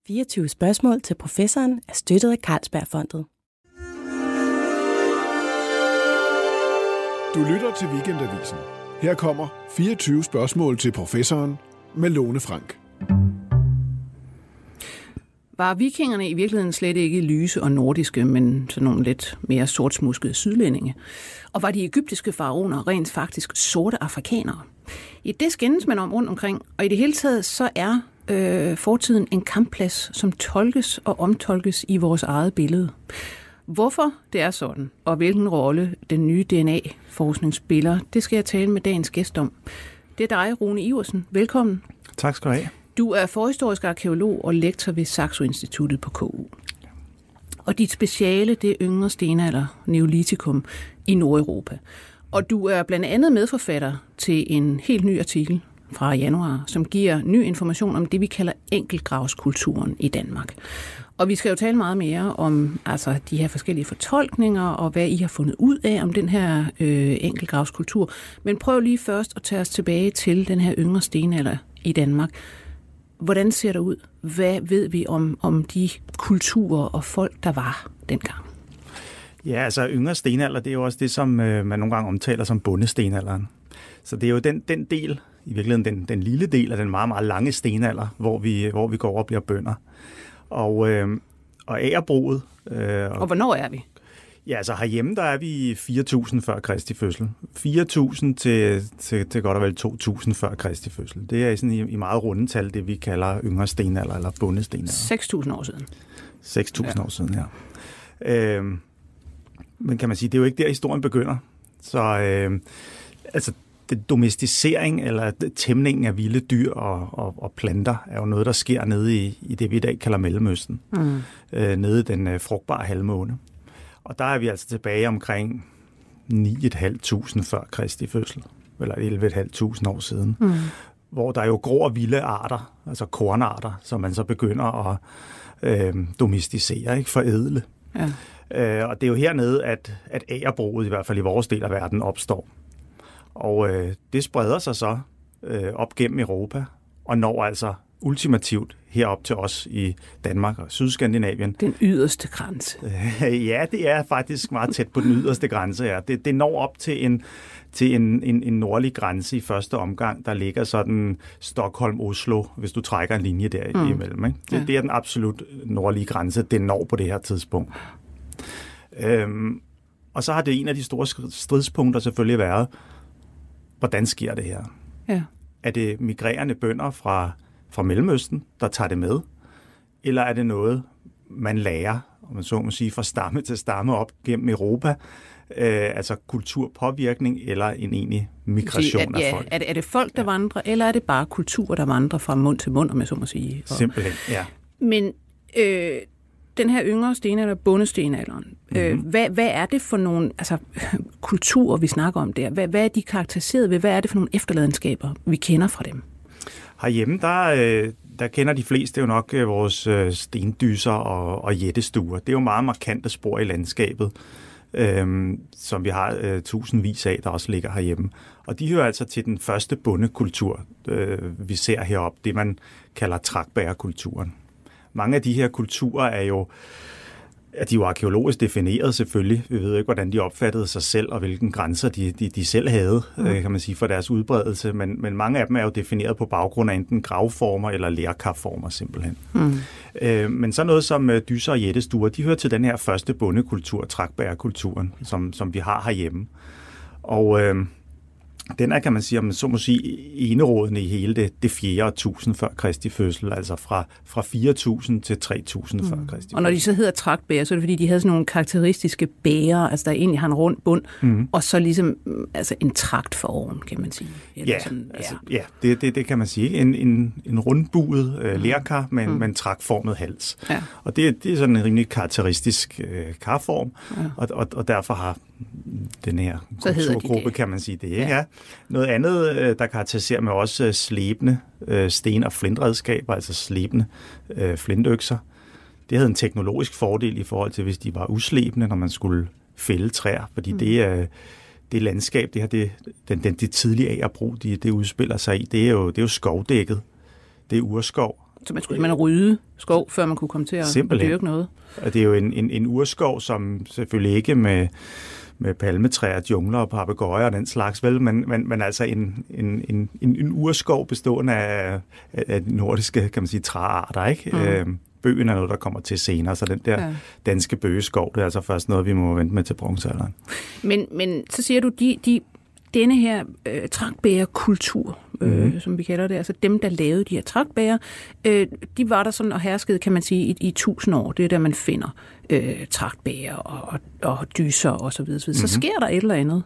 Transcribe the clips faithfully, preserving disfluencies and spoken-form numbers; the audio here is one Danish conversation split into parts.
fireogtyve spørgsmål til professoren er støttet af Carlsbergfondet. Du lytter til Weekendavisen. Her kommer fireogtyve spørgsmål til professoren med Lone Frank. Var vikingerne i virkeligheden slet ikke lyse og nordiske, men sådan nogle lidt mere sortsmuskede sydlændinge? Og var de egyptiske faraoner rent faktisk sorte afrikanere? I det skændes man om rundt omkring, og i det hele taget så er øh, fortiden en kampplads, som tolkes og omtolkes i vores eget billede. Hvorfor det er sådan, og hvilken rolle den nye D N A-forskning spiller, det skal jeg tale med dagens gæst om. Det er dig, Rune Iversen. Velkommen. Tak skal du have. Du er forhistorisk arkeolog og lektor ved Saxo Instituttet på K U. Og dit speciale, det er yngre stenalder, neolitikum, i Nordeuropa. Og du er blandt andet medforfatter til en helt ny artikel fra januar, som giver ny information om det, vi kalder enkeltgravskulturen i Danmark. Og vi skal jo tale meget mere om altså, de her forskellige fortolkninger, og hvad I har fundet ud af om den her øh, enkeltgravskultur. Men prøv lige først at tage os tilbage til den her yngre stenalder i Danmark. Hvordan ser det ud? Hvad ved vi om, om de kulturer og folk, der var dengang? Ja, altså yngre stenalder, det er jo også det, som øh, man nogle gange omtaler som bondestenalderen. Så det er jo den, den del, i virkeligheden den, den lille del af den meget, meget lange stenalder, hvor vi, hvor vi går over og bliver bønder. Og, øh, og agerbruget... Øh, og hvornår er vi? Ja, altså herhjemme, der er vi fire tusind før Kristi fødsel. fire tusind til, til, til godt og vel to tusind før Kristi fødsel. Det er sådan i, i meget rundetal, det vi kalder yngre stenalder eller bondestenalder. seks tusind år siden. seks tusind ja. år siden, ja. Øh, men kan man sige, det er jo ikke der, historien begynder. Så øh, altså, det, domesticering eller tæmningen af vilde dyr og, og, og planter er jo noget, der sker nede i, i det, vi i dag kalder Mellemøsten. Mm. Øh, nede i den øh, frugtbare halvmåne. Og der er vi altså tilbage omkring ni tusind fem hundrede før Kristi fødsel, eller elleve tusind fem hundrede år siden, mm. hvor der jo gror vilde arter, altså kornarter, som man så begynder at øh, domesticere, ikke, forædle. Ja. Øh, og det er jo hernede, at, at agerbruget, i hvert fald i vores del af verden, opstår. Og øh, det spreder sig så øh, op gennem Europa, og når altså ultimativt herop til os i Danmark og Sydskandinavien. Den yderste grænse. Ja, det er faktisk meget tæt på den yderste grænse. Ja. Det, det når op til en, til en, en, en nordlig grænse i første omgang, der ligger sådan Stockholm-Oslo, hvis du trækker en linje der mm. imellem. Ikke? Det, ja. det er den absolut nordlige grænse, det når på det her tidspunkt. Øhm, og så har det en af de store stridspunkter selvfølgelig været, hvordan sker det her? Ja. Er det migrerende bønder fra fra Mellemøsten, der tager det med? Eller er det noget, man lærer, om man så må sige, fra stamme til stamme op gennem Europa? Øh, altså kulturpåvirkning eller en egentlig migration er, ja, af folk? Er det, er det folk, der ja. vandrer, eller er det bare kultur, der vandrer fra mund til mund, om man så må sige? Og... Simpelthen, ja. Men øh, den her yngre stenalder, bondestenalderen, mm-hmm. øh, hvad, hvad er det for nogle altså, kulturer, vi snakker om der? Hvad, hvad er de karakteriseret ved? Hvad er det for nogle efterladenskaber, vi kender fra dem? Herhjemme, der, der kender de fleste jo nok vores stendyser og, og jættestuer. Det er jo meget markante spor i landskabet, øhm, som vi har øh, tusindvis af, der også ligger herhjemme. Og de hører altså til den første bondekultur, øh, vi ser heroppe, det man kalder tragtbærerkulturen. Mange af de her kulturer er jo Ja, de er jo arkeologisk defineret selvfølgelig. Vi ved ikke, hvordan de opfattede sig selv, og hvilken grænser de, de, de selv havde, mm. kan man sige, for deres udbredelse. Men, men mange af dem er jo defineret på baggrund af enten gravformer eller lerkarformer simpelthen. Mm. Øh, men så noget som øh, dyser og jættestuer, de hører til den her første bondekultur, tragtbærerkulturen, som, som vi har herhjemme. Og øh, den er, kan man sige, om så må sige, enerådende i hele det, det fjerde tusind før Kristi fødsel, altså fra, fra fire tusind til tre tusind mm. før Kristi fødsel. Og når de så hedder tragtbærer, så er det fordi, de havde sådan nogle karakteristiske bærer, altså der egentlig har en rund bund, mm. og så ligesom altså en tragt for oven, kan man sige. Eller ja, sådan, ja. Altså, ja det, det, det kan man sige. En, en, en rundbuet øh, lerkar med, mm. med en tragtformet hals. Ja. Og det, det er sådan en rimelig karakteristisk øh, karform, ja. og, og, og derfor har den her kulturgruppe, de kan man sige det. Ja. Ja. Noget andet, der karakteriserer med også slæbende sten- og flintredskaber, altså slæbende øh, flintøkser. Det havde en teknologisk fordel i forhold til, hvis de var uslæbende, når man skulle fælde træer, fordi mm. det er det landskab, det her, det, den, den, det tidlige agerbrug, det, det udspiller sig i, det er jo, det er jo skovdækket. Det er urskov, Så man skulle simpelthen rydde skov, før man kunne komme til at Simpelthen. dyrke noget? Og det er jo en, en, en urskov, som selvfølgelig ikke med, med palmetræer, jungler og papegøjer og den slags, vel, men, men, men altså en, en, en, en urskov bestående af, af nordiske, kan man sige, træarter, ikke? Mm. Øh, bøgen er noget, der kommer til senere, så den der ja. danske bøgeskov, det er altså først noget, vi må vente med til bronzealderen. Men, men så siger du, de, de, denne her øh, tragtbærerkultur, øh, mm. som vi kalder det, altså dem, der lavede de her tragtbærer, øh, de var der sådan og herskede, kan man sige, i, i tusind år. Det er der, man finder øh, tragtbærer og, og, og dyser og så videre. Så, mm-hmm. så sker der et eller andet.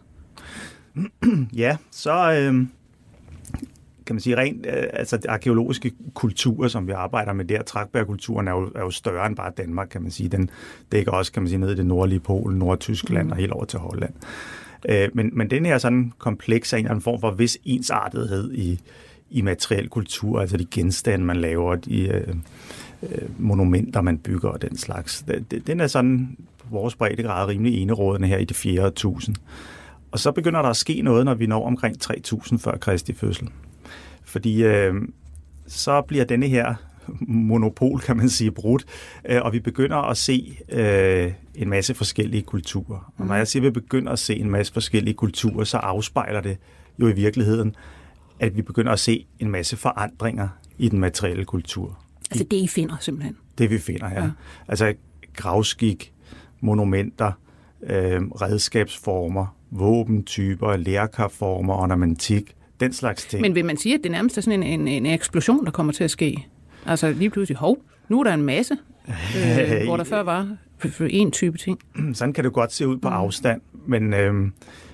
Ja, så øh, kan man sige rent, øh, altså de arkeologiske kulturer, som vi arbejder med der, tragtbærkulturen er jo, er jo større end bare Danmark, kan man sige. Den dækker også, kan man sige, ned i det nordlige Polen, Nordtyskland mm. og helt over til Holland. Men, men den her sådan kompleks er en eller anden form for vis ensartethed i, i materiel kultur, altså de genstande, man laver, de øh, monumenter, man bygger og den slags. Den er sådan på vores breddegrad rimelig enerådende her i det fjerde tusind. Og så begynder der at ske noget, når vi når omkring tre tusind før Kristi fødsel. Fordi øh, så bliver denne her monopol, kan man sige, brudt, og vi begynder at se øh, en masse forskellige kulturer. Og når jeg siger, at vi begynder at se en masse forskellige kulturer, så afspejler det jo i virkeligheden, at vi begynder at se en masse forandringer i den materielle kultur. Altså det, I finder simpelthen? Det, vi finder, ja. ja. Altså gravskik, monumenter, øh, redskabsformer, våbentyper, lerkarformer, ornamentik, den slags ting. Men vil man sige, at det nærmest er sådan en, en, en eksplosion, der kommer til at ske? Altså lige pludselig, hov, nu er der en masse, øh, hvor der før var en type ting. Sådan kan det godt se ud på afstand, men øh,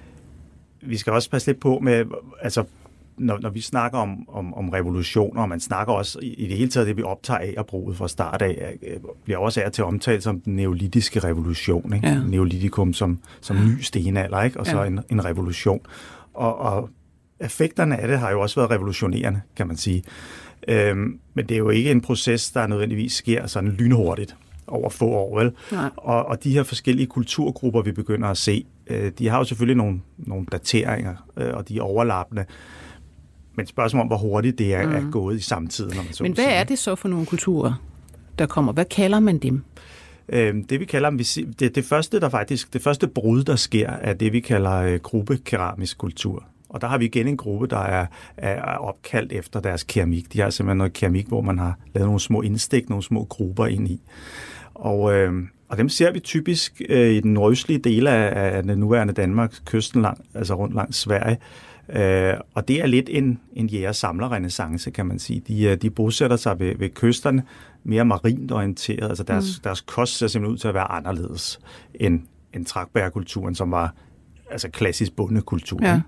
vi skal også passe lidt på med, altså når, når vi snakker om, om, om revolutioner, og man snakker også i, i det hele taget, det vi optager af og bruger fra start af, bliver også af til at omtale som den neolitiske revolution, ikke? Ja. Neolitikum som, som ny stenalder, ikke? Og så ja. en, en revolution. Og, og effekterne af det har jo også været revolutionerende, kan man sige. Øhm, men det er jo ikke en proces, der nødvendigvis sker sådan lynhurtigt over få år, vel? Og, og de her forskellige kulturgrupper, vi begynder at se, øh, de har jo selvfølgelig nogle, nogle dateringer, øh, og de er overlappende. Men spørgsmålet om, hvor hurtigt det er, mm. er gået i samtiden. Når man så men hvad sige. Er det så for nogle kulturer, der kommer? Hvad kalder man dem? Øhm, det vi kalder det, det første, der faktisk, det første brud, der sker, er det, vi kalder øh, gruppekeramisk kultur. Og der har vi igen en gruppe, der er, er opkaldt efter deres keramik. De har simpelthen noget keramik, hvor man har lavet nogle små indstik, nogle små grupper ind i. Og, øh, og dem ser vi typisk øh, i den nordøstlige del af, af den nuværende Danmark, kysten lang, altså rundt langs Sverige. Øh, og det er lidt en, en jæger-samler-renæssance, kan man sige. De, de bosætter sig ved, ved kysterne, mere marint orienteret. Altså deres, mm. deres kost ser simpelthen ud til at være anderledes end, end tragtbærkulturen, som var altså klassisk bondekultur. Ja.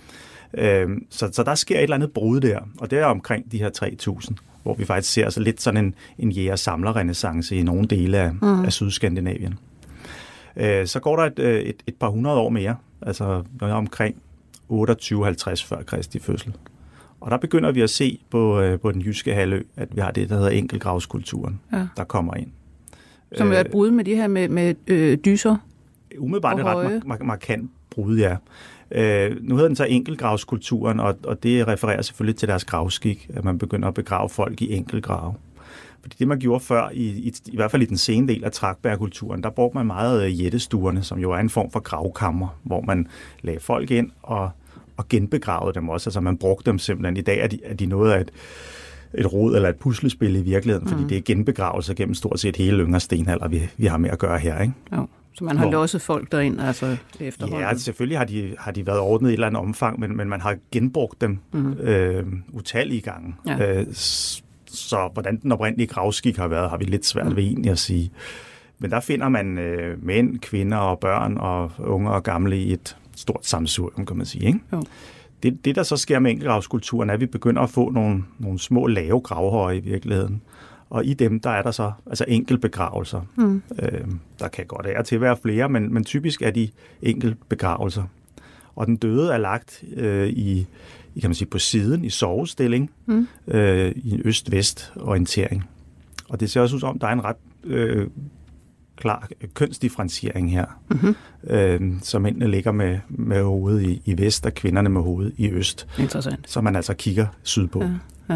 Så, så der sker et eller andet brud der, og det er omkring de her tre tusind, hvor vi faktisk ser altså lidt sådan en, en jæger-samler-renæssance i nogle dele af, mm. af Sydskandinavien. Så går der et, et, et par hundrede år mere, altså omkring otteogtyve halvtreds før Kristi fødsel. Og der begynder vi at se på, på den jyske halvø, at vi har det, der hedder enkeltgravskulturen, ja. der kommer ind. Som er et brud med de her med, med øh, dyser? Umiddelbart et ret mar- mar- markant brud, ja. Øh, nu hedder den så enkeltgravskulturen, og, og det refererer selvfølgelig til deres gravskik, at man begynder at begrave folk i enkeltgrave. Fordi det, man gjorde før, i, i, i hvert fald i den sene del af tragtbærkulturen, der brugte man meget uh, jættestuerne, som jo er en form for gravkammer, hvor man lagde folk ind og, og genbegravede dem også. Altså man brugte dem simpelthen. I dag er de, er de noget af et, et rod eller et puslespil i virkeligheden, fordi mm. det er genbegravelser gennem stort set hele yngre stenalder, vi, vi har med at gøre her, ikke? Jo. Så man har Hvor, losset folk derind, altså efterhånden? Ja, selvfølgelig har de, har de været ordnet i et eller andet omfang, men, men man har genbrugt dem mm-hmm. øh, utallige gange. Ja. Øh, så hvordan den oprindelige gravskik har været, har vi lidt svært mm. ved egentlig at sige. Men der finder man øh, mænd, kvinder og børn og unge og gamle i et stort sammensurium, kan man sige. Ikke? Jo. Det, det, der så sker med enkeltgravskulturen, er, at vi begynder at få nogle, nogle små lave gravhøje i virkeligheden. Og i dem, der er der så altså enkeltbegravelser. Mm. Øh, der kan godt af og til være flere, men, men typisk er de enkeltbegravelser. Og den døde er lagt øh, i, i, kan man sige, på siden, i sovestilling, mm. øh, i en øst-vest orientering. Og det ser også ud som, der er en ret øh, klar kønsdifferentiering her. Mm-hmm. Øh, så mændene ligger med, med hovedet i, i vest, og kvinderne med hovedet i øst. Interessant. Så man altså kigger sydpå. Ja, ja. Ja.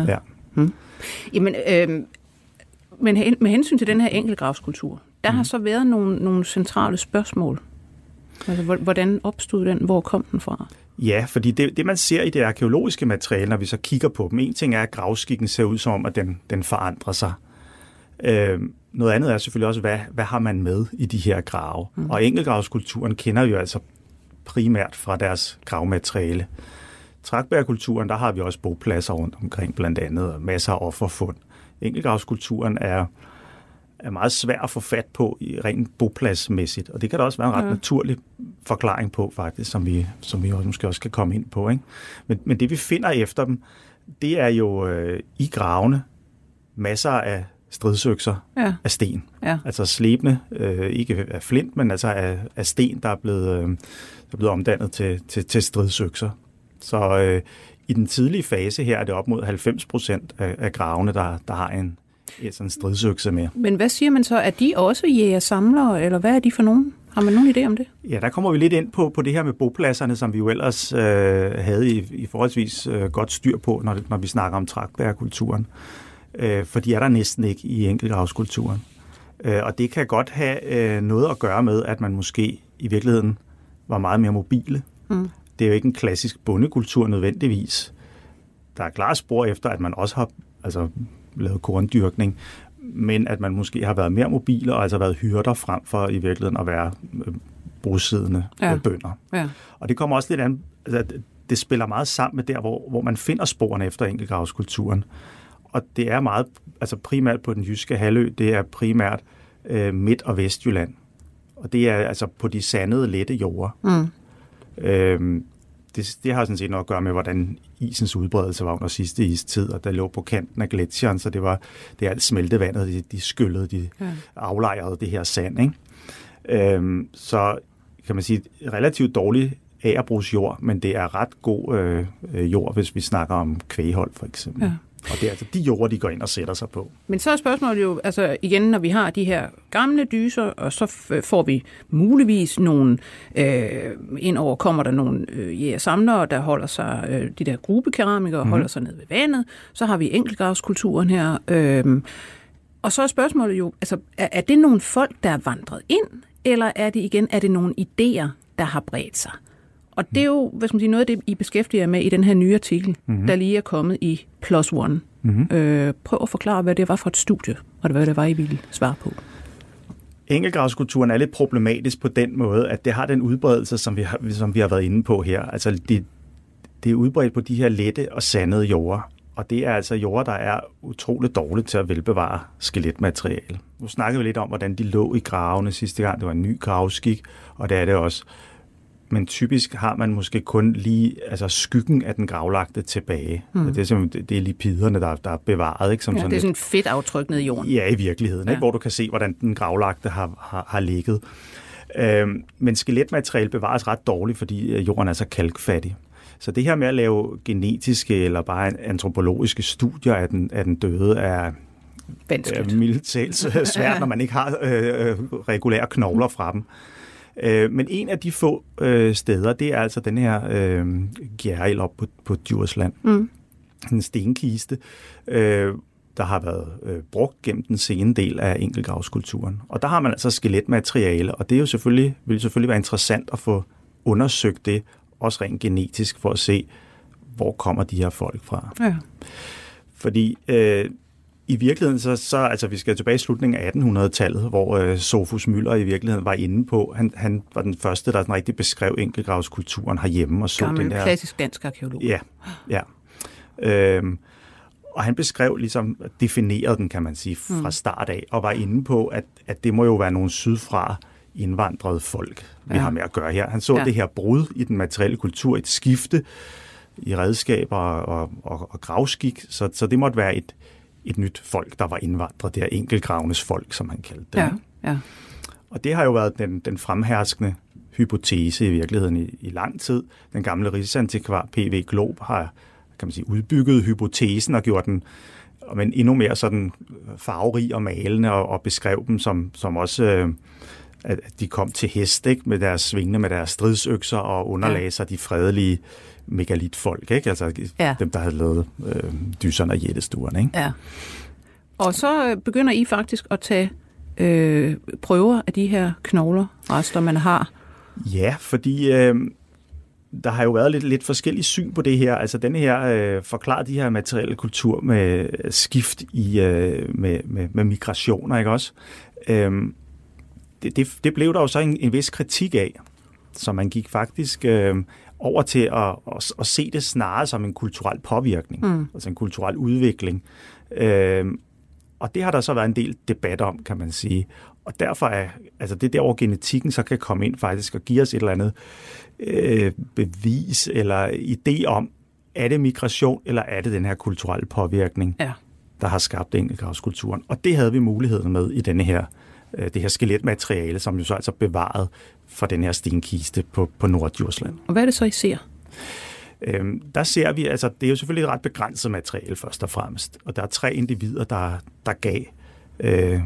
Hmm. Jamen, øh, men med hensyn til den her enkeltgravskultur, der hmm. har så været nogle, nogle centrale spørgsmål. Altså, hvordan opstod den? Hvor kom den fra? Ja, fordi det, det man ser i det arkæologiske materiale, når vi så kigger på dem, en ting er, at gravskikken ser ud som om, at den, den forandrer sig. Øh, noget andet er selvfølgelig også, hvad, hvad har man med i de her grave? Mm. Og enkeltgravskulturen kender vi jo altså primært fra deres gravmateriale. Tragtbægerkulturen, der har vi også bopladser rundt omkring, blandt andet, og masser af offerfund. Enkeltgravskulturen er, er meget svær at få fat på i rent bopladsmæssigt, og det kan der også være en ret ja. naturlig forklaring på, faktisk, som vi, som vi også, måske også kan komme ind på. Ikke? Men, men det, vi finder efter dem, det er jo øh, i gravene masser af stridsøkser ja. af sten. Ja. Altså slebne, øh, ikke af flint, men altså af, af sten, der er blevet, øh, der er blevet omdannet til, til, til stridsøkser. Så øh, i den tidlige fase her er det op mod halvfems procent af, af gravene, der, der har en, en sådan stridsøkse med. Men hvad siger man så? Er de også jæger-samlere, eller hvad er de for nogen? Har man nogen idé om det? Ja, der kommer vi lidt ind på, på det her med bopladserne, som vi jo ellers øh, havde i, i forholdsvis øh, godt styr på, når, når vi snakker om tragtbægerkulturen. Øh, for de er der næsten ikke i enkeltgravskulturen. Øh, og det kan godt have øh, noget at gøre med, at man måske i virkeligheden var meget mere mobile. Mm. Det er jo ikke en klassisk bondekultur nødvendigvis. Der er klare spor efter, at man også har altså, lavet korndyrkning, men at man måske har været mere mobile og altså været hyrder frem for i virkeligheden at være øh, bosiddende ja. bønder. Ja. Og det kommer også lidt an, altså, det spiller meget sammen med der, hvor, hvor man finder sporene efter enkeltgravskulturen. Og det er meget, altså primært på den jyske halvø, det er primært øh, Midt- og Vestjylland. Og det er altså på de sandede, lette jorder. Mm. Øhm, det, det har sådan set noget at gøre med, hvordan isens udbredelse var under sidste istid, og der lå på kanten af gletsjeren, så det var det alt smeltevandet, de, de skyllede, de ja. aflejrede det her sand. Ikke? Øhm, så kan man sige, relativt dårlig agerbrugsjord, men det er ret god øh, jord, hvis vi snakker om kvæghold for eksempel. Ja. Og det er altså de jorder, de går ind og sætter sig på. Men så er spørgsmålet jo, altså igen, når vi har de her gamle dyser, og så f- får vi muligvis nogle, øh, indover kommer der nogle øh, jægersamlere, der holder sig, øh, de der gruppekeramikere, mm-hmm. holder sig ned ved vandet. Så har vi enkeltgravskulturen her. Øh, og så er spørgsmålet jo, altså er, er det nogle folk, der er vandret ind, eller er det igen, er det nogle idéer, der har bredt sig? Og det er jo, hvad skal man sige, noget af det, I beskæftiger med i den her nye artikel, mm-hmm. der lige er kommet i Plus One. Mm-hmm. Øh, prøv at forklare, hvad det var for et studie, og hvad det var, I ville svare på. Enkeltgravskulturen er lidt problematisk på den måde, at det har den udbredelse, som vi har, som vi har været inde på her. Altså, det, det er udbredt på de her lette og sandede jorder. Og det er altså jorder, der er utroligt dårligt til at velbevare skeletmateriale. Nu snakkede vi lidt om, hvordan de lå i gravene sidste gang. Det var en ny gravskik, og det er det også. Men typisk har man måske kun lige altså skyggen af den gravlagte tilbage. Mm. Det er simpelthen det er lipiderne, der, der er bevaret. Ikke? Som ja, sådan det er sådan et fedt aftryk ned i jorden. Ja, i virkeligheden, ja. Ikke? Hvor du kan se, hvordan den gravlagte har, har, har ligget. Øhm, men skeletmateriale bevares ret dårligt, fordi jorden er så kalkfattig. Så det her med at lave genetiske eller bare antropologiske studier af den, af den døde er, er mildt talt svært, når man ikke har øh, regulære knogler fra dem. Men en af de få øh, steder, det er altså den her øh, Gjerrild op på, på Djursland. Mm. En stenkiste, øh, der har været øh, brugt gennem den sene del af enkeltgravskulturen. Og der har man altså skeletmateriale, og det er jo selvfølgelig, vil selvfølgelig være interessant at få undersøgt det, også rent genetisk, for at se, hvor kommer de her folk fra. Ja. Fordi øh, i virkeligheden, så, så altså vi skal tilbage i slutningen af attenhundredetallet, hvor øh, Sophus Müller i virkeligheden var inde på. Han, han var den første, der sådan rigtig beskrev enkeltgravskulturen herhjemme. Og så Gammel, den der klassisk dansk arkeolog. Ja, ja. Øhm, og han beskrev ligesom, definerede den, kan man sige, fra mm. start af, og var inde på, at, at det må jo være nogle sydfra indvandrede folk, vi ja. har med at gøre her. Han så ja. det her brud i den materielle kultur, et skifte i redskaber og, og, og gravskik, så, så det måtte være et et nyt folk, der var indvandret, det her enkeltgravenes folk, som han kaldte det. Ja, ja. Og det har jo været den, den fremherskende hypotese i virkeligheden i, i lang tid. Den gamle rigsantikvar P V Glob har, kan man sige, udbygget hypotesen og gjort den men endnu mere sådan farverig og malende og, og beskrev dem som, som også øh, at de kom til hest, ikke? Med deres svingende, med deres stridsøkser og underlagde sig ja. de fredelige megalitfolk, ikke? Altså ja. dem, der havde lavet øh, dyserne og jættestuerne. Ikke? Ja. Og så begynder I faktisk at tage øh, prøver af de her knogler, rester man har. Ja, fordi øh, der har jo været lidt, lidt forskellige syn på det her. Altså denne her øh, forklarer de her materielle kultur med skift i øh, med, med, med migrationer, ikke også? Øh, det, det, det blev der jo så en, en vis kritik af, så man gik faktisk øh, over til at, at, at se det snarere som en kulturel påvirkning, mm. altså en kulturel udvikling. Øh, og det har der så været en del debat om, kan man sige. Og derfor er altså det der, hvor genetikken så kan komme ind faktisk og give os et eller andet øh, bevis eller idé om, er det migration, eller er det den her kulturelle påvirkning, ja. der har skabt enkeltgravskulturen. Og det havde vi muligheden med i denne her, øh, det her skeletmateriale, som jo så altså bevaret fra den her stenkiste på, på Norddjursland. Og hvad er det så, I ser? Øhm, der ser vi, altså det er jo selvfølgelig et ret begrænset materiale først og fremmest, og der er tre individer, der, der gav øh,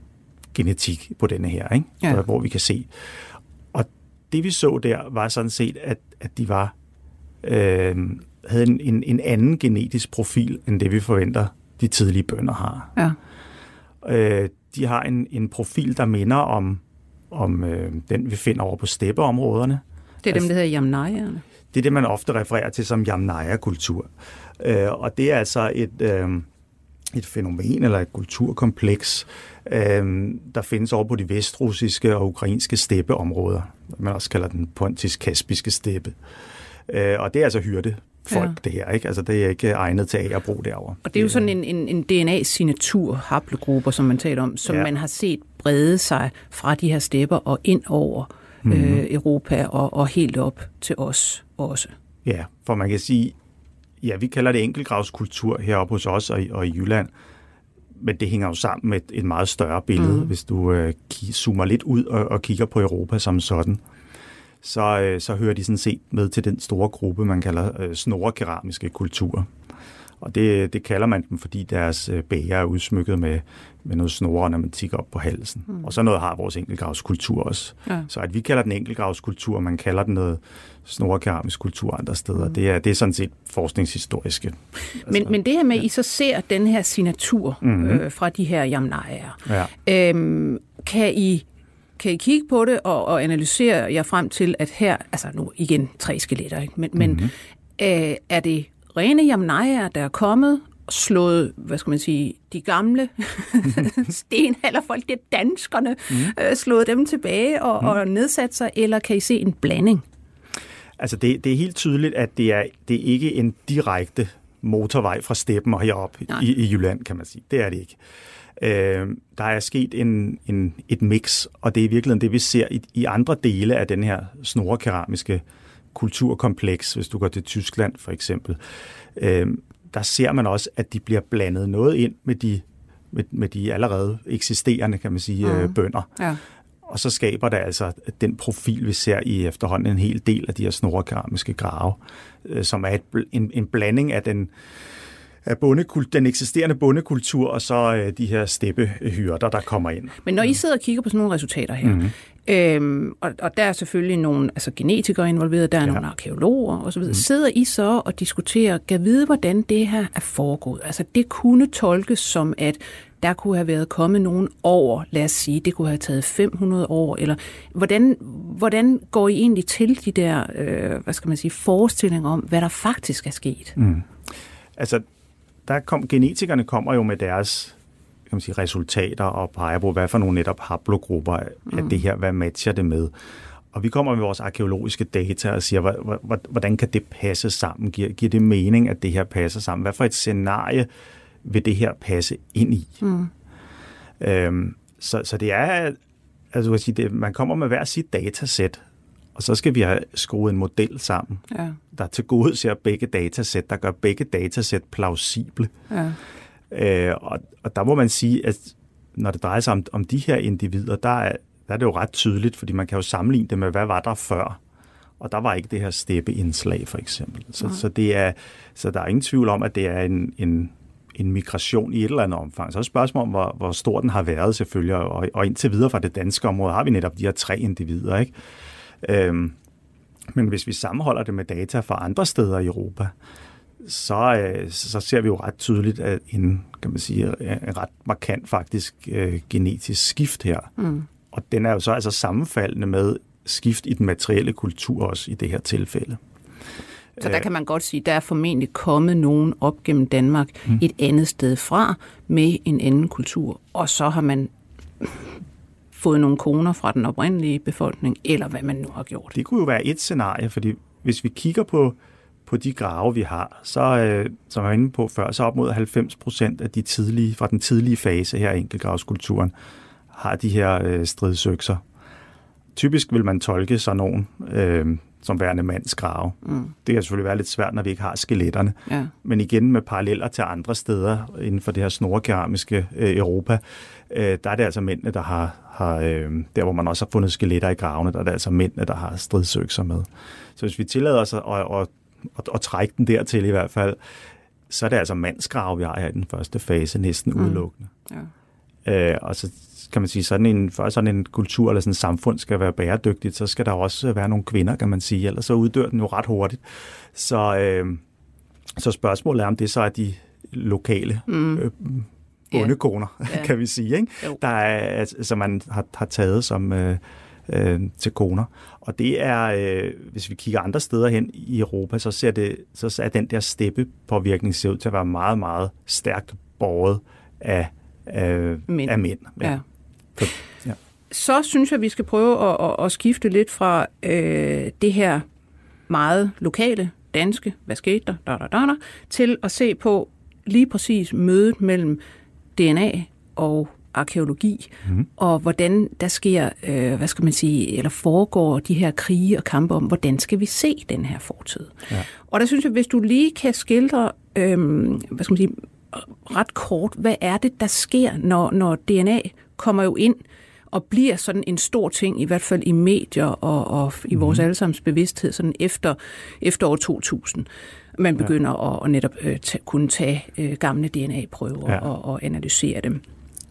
genetik på denne her, ikke? Ja. Hvor, hvor vi kan se. Og det vi så der var sådan set, at, at de var øh, havde en, en, en anden genetisk profil, end det vi forventer, de tidlige bønder har. Ja. Øh, de har en, en profil, der minder om, om øh, den, vi finder over på steppeområderne. Det er altså, dem, der hedder Yamnayerne. Det er det, man ofte refererer til som Yamnaya-kultur. Øh, og det er altså et, øh, et fænomen eller et kulturkompleks, øh, der findes over på de vestrussiske og ukrainske steppeområder. Man også kalder den pontisk-kaspiske steppe. Øh, og det er altså hyrdefolk, ja. det her, ikke? Altså det er ikke egnet til agerbrug derovre. Og det er jo sådan en, en, en D N A-signatur, haplogrupper, som man taler om, som ja. man har set brede sig fra de her stepper og ind over mm-hmm. øh, Europa og, og helt op til os også. Ja, for man kan sige, ja, vi kalder det enkeltgravskultur heroppe hos os og i, og i Jylland, men det hænger jo sammen med et, et meget større billede, mm. hvis du øh, zoomer lidt ud og, og kigger på Europa som sådan. Så, øh, så hører de sådan set med til den store gruppe, man kalder øh, snorekeramiske kulturer. Og det, det kalder man dem, fordi deres øh, bæger er udsmykket med, med noget snore ornamentik op på halsen. Mm. Og så noget har vores enkeltgravskultur også. Ja. Så at vi kalder den enkeltgravskultur, man kalder den noget snorekeramisk kultur andre steder, mm. det, er, det er sådan set forskningshistoriske. Men, altså, men det her med, at I så ser den her signatur mm-hmm. øh, fra de her Yamnayer, ja. øhm, kan I... Kan I kigge på det og, og analysere jer frem til, at her, altså nu igen tre skeletter, ikke? men, mm-hmm. men øh, er det rene Yamnayer, der er kommet og slået, hvad skal man sige, de gamle stenalderfolk, det er danskerne, mm-hmm. øh, slået dem tilbage og, mm-hmm. og nedsat sig, eller kan I se en blanding? Altså det, det er helt tydeligt, at det er, det er ikke en direkte motorvej fra steppen og herop i, i Jylland, kan man sige. Det er det ikke. Øh, der er sket en, en, et mix, og det er i virkeligheden det, vi ser i, i andre dele af den her snorekeramiske kulturkompleks, hvis du går til Tyskland for eksempel. Øh, der ser man også, at de bliver blandet noget ind med de, med, med de allerede eksisterende, kan man sige, mm. øh, bønder. Ja. Og så skaber det altså den profil, vi ser i efterhånden en hel del af de her snorekeramiske grave, øh, som er et, en, en blanding af den af bondekult, den eksisterende bondekultur, og så øh, de her steppehyrder, der kommer ind. Men når I sidder og kigger på sådan nogle resultater her, mm-hmm. øhm, og, og der er selvfølgelig nogle altså genetikere involveret, der er ja. nogle arkeologer osv., mm-hmm. sidder I så og diskuterer, kan vide, hvordan det her er foregået? Altså det kunne tolkes som, at der kunne have været kommet nogen over, lad os sige, det kunne have taget fem hundrede år, eller hvordan, hvordan går I egentlig til de der, øh, hvad skal man sige, forestillinger om, hvad der faktisk er sket? Mm. Altså, der kom, genetikerne kommer jo med deres kan man sige, resultater og peger på, hvad for nogle netop haplogrupper mm. af det her, hvad matcher det med. Og vi kommer med vores arkeologiske data og siger, hvordan kan det passe sammen? Giver, giver det mening, at det her passer sammen? Hvad for et scenarie vil det her passe ind i? Mm. Øhm, så, så det er, altså sige, det, man kommer med hver sit datasæt, og så skal vi have skruet en model sammen, ja. der tilgodeser begge datasæt, der gør begge datasæt plausible. Ja. Øh, og, og der må man sige, at når det drejer sig om, om de her individer, der er, der er det jo ret tydeligt, fordi man kan jo sammenligne det med, hvad var der før? Og der var ikke det her steppeindslag, for eksempel. Så, så, det er, så der er ingen tvivl om, at det er en, en, en migration i et eller andet omfang. Så er spørgsmålet om, hvor, hvor stor den har været selvfølgelig, og, og indtil videre fra det danske område har vi netop de her tre individer, ikke? Øhm, men hvis vi sammenholder det med data fra andre steder i Europa, så, øh, så ser vi jo ret tydeligt, at en, kan man sige, en ret markant faktisk øh, genetisk skift her. Mm. Og den er jo så altså sammenfaldende med skift i den materielle kultur også i det her tilfælde. Så der kan man godt sige, at der er formentlig kommet nogen op gennem Danmark mm. et andet sted fra med en anden kultur, og så har man fået nogle koner fra den oprindelige befolkning, eller hvad man nu har gjort. Det kunne jo være et scenarie, fordi hvis vi kigger på, på de grave, vi har, så, øh, som jeg var inde på før, så op mod halvfems procent af de tidlige, fra den tidlige fase her i enkeltgravskulturen, har de her øh, stridsøkser. Typisk vil man tolke sådan nogen øh, som værende mandsgrave. Mm. Det kan selvfølgelig være lidt svært, når vi ikke har skeletterne. Ja. Men igen med paralleller til andre steder inden for det her snorkeramiske øh, Europa, øh, der er det altså mændene, der har, har øh, der hvor man også har fundet skeletter i gravene, der er det altså mændene, der har stridsøkser med. Så hvis vi tillader os at, at, at, at, at trække den dertil i hvert fald, så er det altså mandsgrave, vi har her i den første fase, næsten mm. udelukkende. Ja. Øh, og så kan man sige, sådan en, for sådan en kultur eller sådan en samfund skal være bæredygtigt, så skal der også være nogle kvinder, kan man sige, ellers så uddør den jo ret hurtigt. Så, øh, så spørgsmålet er, om det så er de lokale mm. øh, bondekoner, yeah. kan vi sige, ikke? Der er, altså, man har, har taget som øh, øh, til koner. Og det er, øh, hvis vi kigger andre steder hen i Europa, så ser det, så er den der steppepåvirkning ser ud til at være meget, meget stærkt båret af, af mænd. Af mænd. Ja. Ja. Ja. Så synes jeg, at vi skal prøve at, at, at skifte lidt fra øh, det her meget lokale, danske, hvad skete der, da, da, da, da, til at se på lige præcis mødet mellem D N A og arkæologi, mm-hmm. og hvordan der sker, øh, hvad skal man sige, eller foregår de her krige og kampe om, hvordan skal vi se den her fortid. Ja. Og der synes jeg, hvis du lige kan skildre, øh, hvad skal man sige, ret kort, hvad er det, der sker, når, når D N A kommer jo ind og bliver sådan en stor ting, i hvert fald i medier og, og i vores mm. allesammens bevidsthed, sådan efter, efter år to tusind. Man begynder ja. at, at netop øh, t- kunne tage øh, gamle D N A-prøver ja. og, og analysere dem.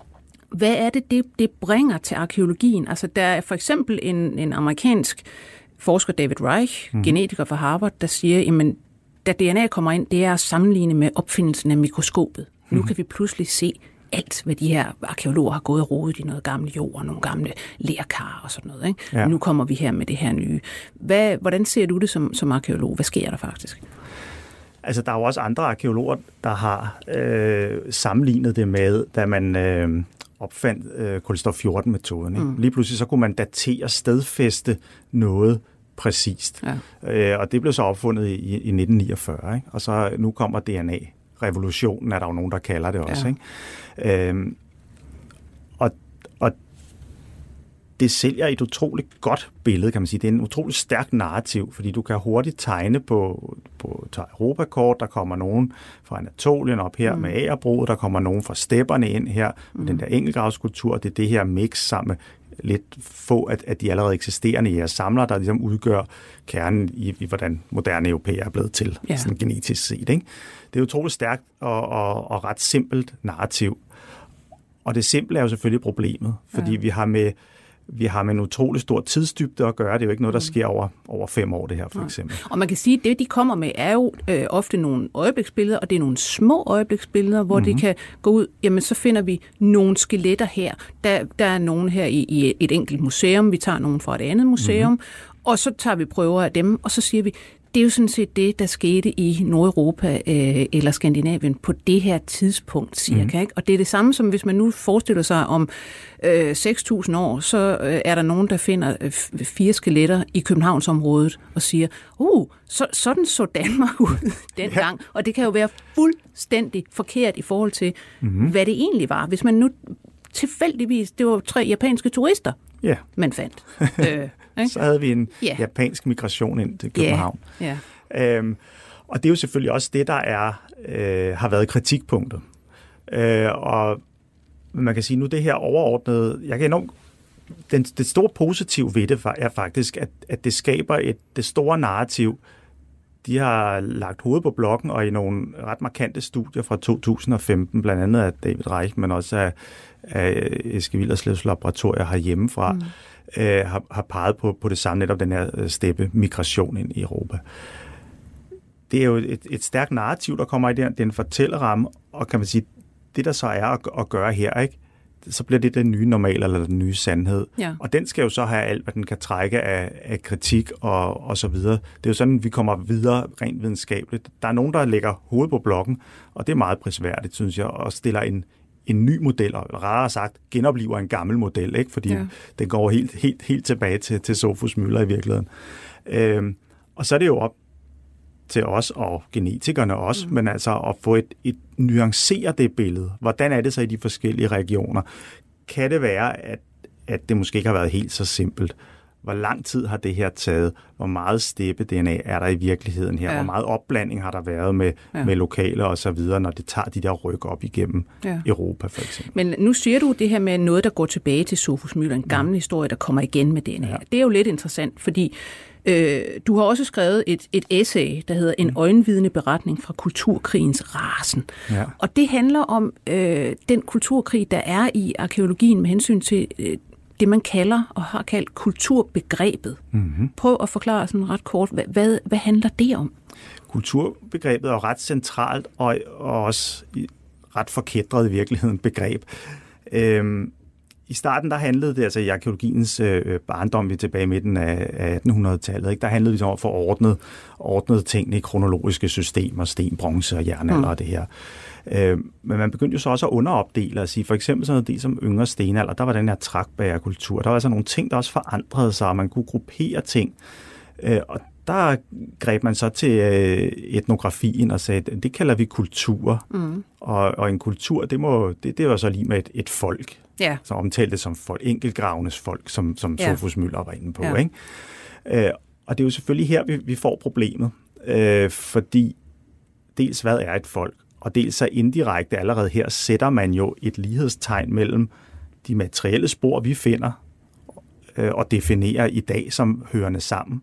Hvad er det, det, det bringer til arkæologien? Altså, der er for eksempel en, en amerikansk forsker, David Reich, mm. genetiker fra Harvard, der siger, jamen, da D N A kommer ind, det er at sammenligne med opfindelsen af mikroskopet. Mm. Nu kan vi pludselig se alt, hvad de her arkæologer har gået og rodet i noget gamle jord, nogle gamle lerkar og sådan noget. Ikke? Ja. Nu kommer vi her med det her nye. Hvad, hvordan ser du det som, som arkæolog? Hvad sker der faktisk? Altså, der er jo også andre arkæologer, der har øh, sammenlignet det med, da man øh, opfandt øh, kulstof fjorten-metoden. Ikke? Mm. Lige pludselig så kunne man datere, stedfæste noget præcist. Ja. Øh, og det blev så opfundet i, i nitten niogfyrre. Ikke? Og så nu kommer D N A. Revolutionen er der jo nogen, der kalder det også. Ja. Ikke? Øhm, og, og det sælger et utroligt godt billede, kan man sige. Det er en utroligt stærk narrativ, fordi du kan hurtigt tegne på, på Europakort. Der kommer nogen fra Anatolien op her mm. med agerbruget, der kommer nogen fra stepperne ind her med mm. den der enkeltgravskultur. Det er det her mix sammen med lidt få af, af de allerede eksisterende jægersamlere, der ligesom udgør kernen i, i hvordan moderne europæere er blevet til, ja. Sådan genetisk set. Ikke? Det er utroligt stærkt og, og, og ret simpelt narrativ. Og det simple er jo selvfølgelig problemet, fordi ja. vi har med Vi har med en utrolig stor tidsdybde at gøre. Det er jo ikke noget, der sker over, over fem år, det her for eksempel. Og man kan sige, at det, de kommer med, er jo øh, ofte nogle øjebliksbilleder, og det er nogle små øjebliksbilleder, hvor mm-hmm. de kan gå ud, jamen så finder vi nogle skeletter her. Der, der er nogen her i, i et enkelt museum, vi tager nogen fra et andet museum, mm-hmm. og så tager vi prøver af dem, og så siger vi, det er jo sådan set det, der skete i Nordeuropa øh, eller Skandinavien på det her tidspunkt, cirka. Mm. Ikke? Og det er det samme som, hvis man nu forestiller sig om øh, seks tusind år, så øh, er der nogen, der finder øh, fire skeletter i Københavnsområdet og siger, uh, så, sådan så Danmark ud dengang. Ja. Og det kan jo være fuldstændig forkert i forhold til, mm-hmm. hvad det egentlig var. Hvis man nu tilfældigvis, det var tre japanske turister, yeah. man fandt. øh, Så havde vi en yeah. japansk migration ind til København. Yeah. Yeah. Øhm, og det er jo selvfølgelig også det, der er, øh, har været kritikpunktet. Øh, og man kan sige, nu det her overordnede, jeg kan enormt, den, det store positive ved det er faktisk, at, at det skaber et, det store narrativ, de har lagt hovedet på blokken, og i nogle ret markante studier fra to tusind og femten, blandt andet af David Reich, men også af, af Eske Willerslevs laboratorier herhjemmefra, mm. øh, har, har peget på, på det samme, netop den her steppe migration ind i Europa. Det er jo et, et stærkt narrativ, der kommer i den, den fortælleramme, og kan man sige, det der så er at, at gøre her, ikke? Så bliver det den nye normal, eller den nye sandhed. Ja. Og den skal jo så have alt, hvad den kan trække af, af kritik og, og så videre. Det er jo sådan, vi kommer videre rent videnskabeligt. Der er nogen, der lægger hovedet på blokken, og det er meget prisværdigt, synes jeg, og stiller en, en ny model, og rarere sagt, genopliver en gammel model, ikke? Fordi ja. den går helt, helt, helt tilbage til, til Sophus Müller i virkeligheden. Øhm, og så er det jo op til os og genetikerne også, mm. men altså at få et, et nuancere det billede. Hvordan er det så i de forskellige regioner? Kan det være, at, at det måske ikke har været helt så simpelt? Hvor lang tid har det her taget? Hvor meget steppe-D N A er der i virkeligheden her? Ja. Hvor meget opblanding har der været med, ja. med lokale og så videre, når det tager de der ryk op igennem ja. Europa, for eksempel? Men nu siger du det her med noget, der går tilbage til Sophus Müller, en gammel ja. historie, der kommer igen med D N A. Ja. Det er jo lidt interessant, fordi Øh, du har også skrevet et, et essay, der hedder En øjenvidende beretning fra kulturkrigens rasen. Ja. Og det handler om øh, den kulturkrig, der er i arkæologien med hensyn til øh, det, man kalder og har kaldt kulturbegrebet. Mm-hmm. Prøv at forklare sådan ret kort, hvad, hvad, hvad handler det om? Kulturbegrebet er jo ret centralt og, og også ret forkædret i virkeligheden begreb. Øhm, I starten der handlede det, altså i arkæologiens øh, barndom, vi er tilbage i midten af, af attenhundredetallet, ikke? Der handlede det om at få ordnet, ordnet tingene i kronologiske systemer, sten, bronze og jernalder og mm. det her. Øh, men man begyndte jo så også at underopdele og sige, for eksempel sådan noget det som yngre stenalder, der var den her tragtbærerkultur. Der var altså nogle ting, der også forandrede sig, og man kunne gruppere ting. Øh, og der greb man så til øh, etnografien og sagde, det kalder vi kultur. Mm. Og, og en kultur, det, må, det, det var så lige med et, et folk. Ja. Så omtalte det som folk, enkeltgravenes folk, som, som ja. Sophus Müller var inde på. Ja. Ikke? Øh, og det er jo selvfølgelig her, vi, vi får problemet. Øh, fordi dels hvad er et folk, og dels så indirekte allerede her sætter man jo et lighedstegn mellem de materielle spor, vi finder øh, og definerer i dag som hørende sammen,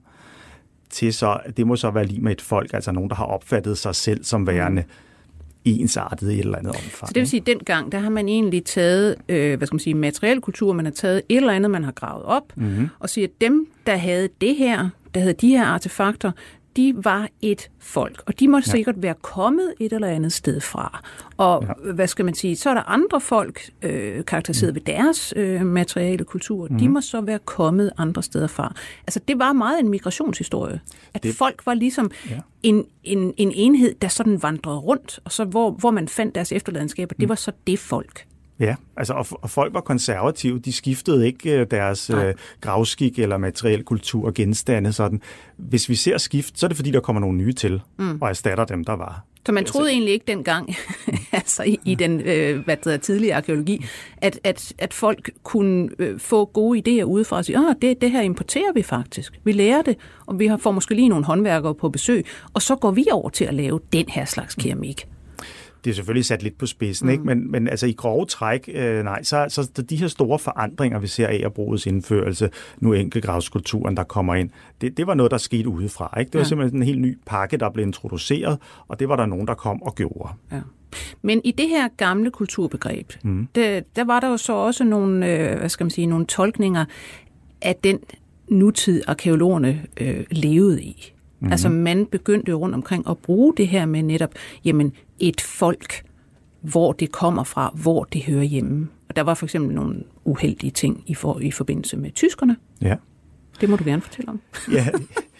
til så, det må så være lige med et folk, altså nogen, der har opfattet sig selv som værende ensartet i et eller andet omfang. Så det vil sige, at dengang, der har man egentlig taget, øh, hvad skal man sige, materiel kultur, man har taget et eller andet, man har gravet op, mm-hmm. og siger, at dem, der havde det her, der havde de her artefakter, de var et folk, og de må ja. sikkert være kommet et eller andet sted fra. Og ja. hvad skal man sige, så er der andre folk, øh, karakteriseret mm. ved deres øh, materielle kultur, mm. de må så være kommet andre steder fra. Altså det var meget en migrationshistorie, at det... folk var ligesom ja. en, en, en enhed, der sådan vandrede rundt, og så hvor, hvor man fandt deres efterladenskaber, mm. det var så det folk. Ja, altså, og, og folk var konservative. De skiftede ikke deres øh, gravskik eller materiel kultur og genstande. Sådan. Hvis vi ser skift, så er det fordi, der kommer nogle nye til mm. og erstatter dem, der var. Så man troede egentlig ikke dengang, altså i, i den øh, hvad det er, tidlige arkeologi, at, at, at folk kunne øh, få gode idéer udefra og sige, åh, det, det her importerer vi faktisk. Vi lærer det, og vi har, får måske lige nogle håndværkere på besøg, og så går vi over til at lave den her slags keramik. Det er selvfølgelig sat lidt på spidsen, mm. ikke? Men, men altså i grove træk, øh, nej, så, så de her store forandringer, vi ser af Agerbrugets indførelse, nu enkeltgravskulturen, der kommer ind, det, det var noget, der skete udefra, ikke? Det var ja. simpelthen en helt ny pakke, der blev introduceret, og det var der nogen, der kom og gjorde. Ja. Men i det her gamle kulturbegreb, mm. det, der var der jo så også nogle, øh, hvad skal man sige, nogle tolkninger af den nutid, arkæologerne øh, levede i. Mm-hmm. Altså man begyndte jo rundt omkring at bruge det her med netop, jamen et folk, hvor det kommer fra, hvor det hører hjemme. Og der var for eksempel nogle uheldige ting i, for, i forbindelse med tyskerne. Ja. Det må du gerne fortælle om. ja,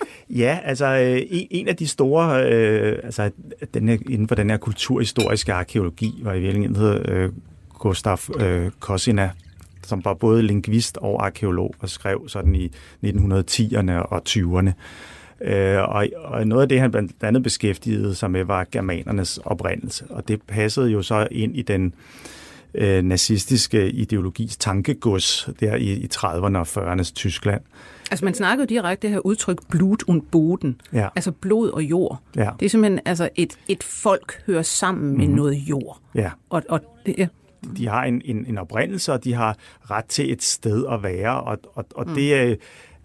ja, altså en, en af de store, øh, altså den her, inden for den her kulturhistoriske arkeologi, var i virkeligheden hedder øh, Gustav øh, Kosina, som var både lingvist og arkeolog, og skrev sådan i nitten tierne og tyverne. Øh, og, og noget af det, han blandt andet beskæftigede sig med, var germanernes oprindelse. Og det passede jo så ind i den øh, nazistiske ideologis tankegods der i, i trediverne og fyrreernes Tyskland. Altså man snakkede jo direkte det her udtryk Blut und Boden, ja. altså blod og jord. Ja. Det er simpelthen altså et, et folk hører sammen med mm. noget jord. Ja. Og, og det, ja. De har en, en, en oprindelse, og de har ret til et sted at være, og, og, og mm. det er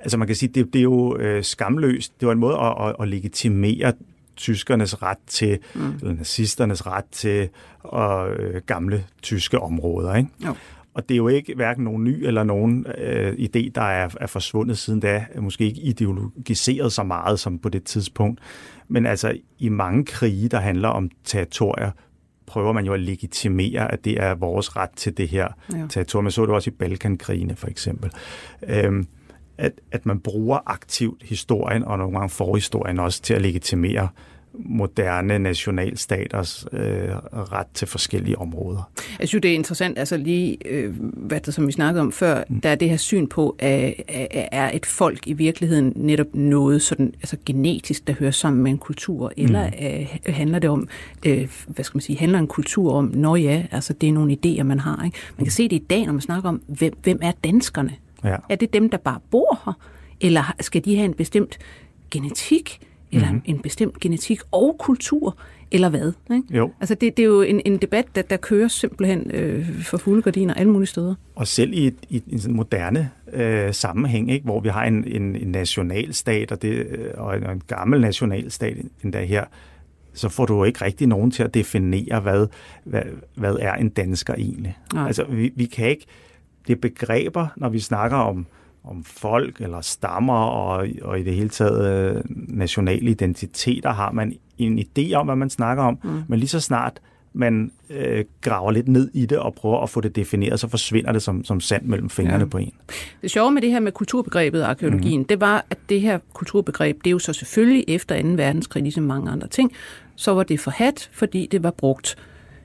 Altså man kan sige, det, det er jo øh, skamløst. Det var en måde at, at, at legitimere tyskernes ret til, mm. eller nazisternes ret til og, øh, gamle tyske områder, ikke? Jo. Og det er jo ikke hverken nogen ny eller nogen øh, idé, der er, er forsvundet siden da, måske ikke ideologiseret så meget som på det tidspunkt. Men altså i mange krige, der handler om territorier, prøver man jo at legitimere, at det er vores ret til det her ja. territorium. Man så det også i Balkankrigene for eksempel. Øhm, at, at man bruger aktivt historien og nogle gange forhistorien også til at legitimere moderne nationalstaters øh, ret til forskellige områder. Jeg synes, det er interessant, altså lige, øh, hvad der, som vi snakkede om før, mm. der er det her syn på, at, at er et folk i virkeligheden netop noget sådan, altså genetisk, der hører sammen med en kultur, eller mm. øh, handler det om, øh, hvad skal man sige, handler en kultur om, nå ja, altså det er nogle idéer, man har, ikke? Man kan se det i dag, når man snakker om, hvem, hvem er danskerne? Ja. Er det dem, der bare bor her? Eller skal de have en bestemt genetik? Eller mm-hmm. en bestemt genetik og kultur, eller hvad? Ikke? Jo. Altså det, det er jo en, en debat, der, der kører simpelthen øh, for fulde gardiner alle mulige steder. Og selv i, et, i en sådan moderne øh, sammenhæng, ikke, hvor vi har en, en, en nationalstat, og, det, og en, en gammel nationalstat endda her, så får du jo ikke rigtig nogen til at definere, hvad, hvad, hvad er en dansker egentlig. Nej. Altså vi, vi kan ikke, det er begreber, når vi snakker om om folk eller stammer og, og i det hele taget øh, nationale identiteter, har man en idé om, hvad man snakker om, mm. men lige så snart man øh, graver lidt ned i det og prøver at få det defineret, så forsvinder det som, som sand mellem fingrene ja. på en. Det sjove med det her med kulturbegrebet og arkeologien, mm. det var, at det her kulturbegreb, det er jo så selvfølgelig efter anden verdenskrig, ligesom mange andre ting, så var det forhadt, fordi det var brugt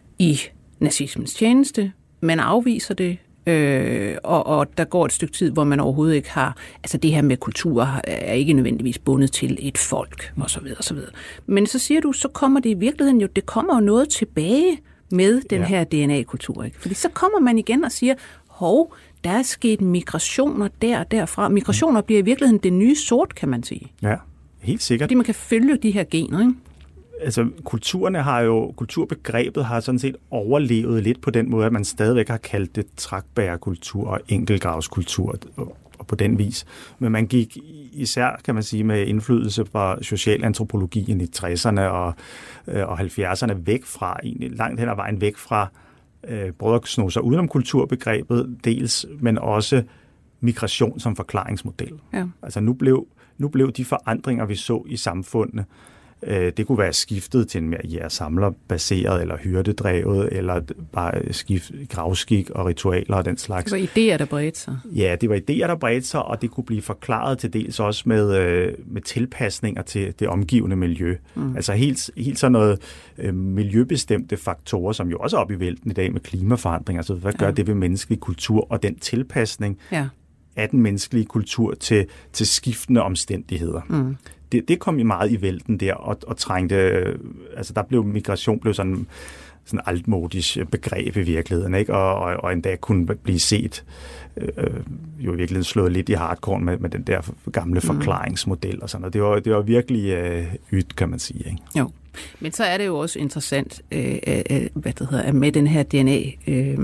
i nazismens tjeneste. Man afviser det, Øh, og, og der går et stykke tid, hvor man overhovedet ikke har, altså det her med kultur er ikke nødvendigvis bundet til et folk, og så videre, og så videre. Men så siger du, så kommer det i virkeligheden jo, det kommer jo noget tilbage med den ja. her D N A-kultur, ikke? Fordi så kommer man igen og siger, hov, der er sket migrationer der og derfra. Migrationer bliver i virkeligheden det nye sort, kan man sige. Ja, helt sikkert. Fordi man kan følge de her gener, ikke? Altså, kulturerne har jo, kulturbegrebet har sådan set overlevet lidt på den måde, at man stadigvæk har kaldt det tragtbærerkultur og enkeltgravskultur, og, og på den vis. Men man gik især, kan man sige, med indflydelse fra socialantropologien i tresserne og, og halvfjerdserne væk fra, egentlig langt hen ad vejen væk fra, øh, både at sno sig udenom kulturbegrebet dels, men også migration som forklaringsmodel. Ja. Altså, nu blev, nu blev de forandringer, vi så i samfundene, det kunne være skiftet til en mere jægersamlerbaseret eller hyrdedrevet, eller bare skift, gravskik og ritualer og den slags. Det var idéer, der bredte sig. Ja, det var idéer, der bredte sig, og det kunne blive forklaret til dels også med, med tilpasninger til det omgivende miljø. Mm. Altså helt, helt sådan noget øh, miljøbestemte faktorer, som jo også er oppe i vælten i dag med klimaforandringer. Altså, hvad gør ja. det ved menneskelig kultur og den tilpasning ja. af den menneskelige kultur til, til skiftende omstændigheder? Mm. Det, det kom i meget i vælten der, og, og trængte, altså der blev migration blev sådan sådan altmodisk begreb i virkeligheden, ikke? Og, og, og endda kunne blive set, øh, jo i virkeligheden slået lidt i hardcore med, med den der gamle forklaringsmodel og sådan noget. Det var, det var virkelig øh, ydt, kan man sige, ikke? Jo. Men så er det jo også interessant, øh, øh, hvad det hedder, at med den her D N A øh,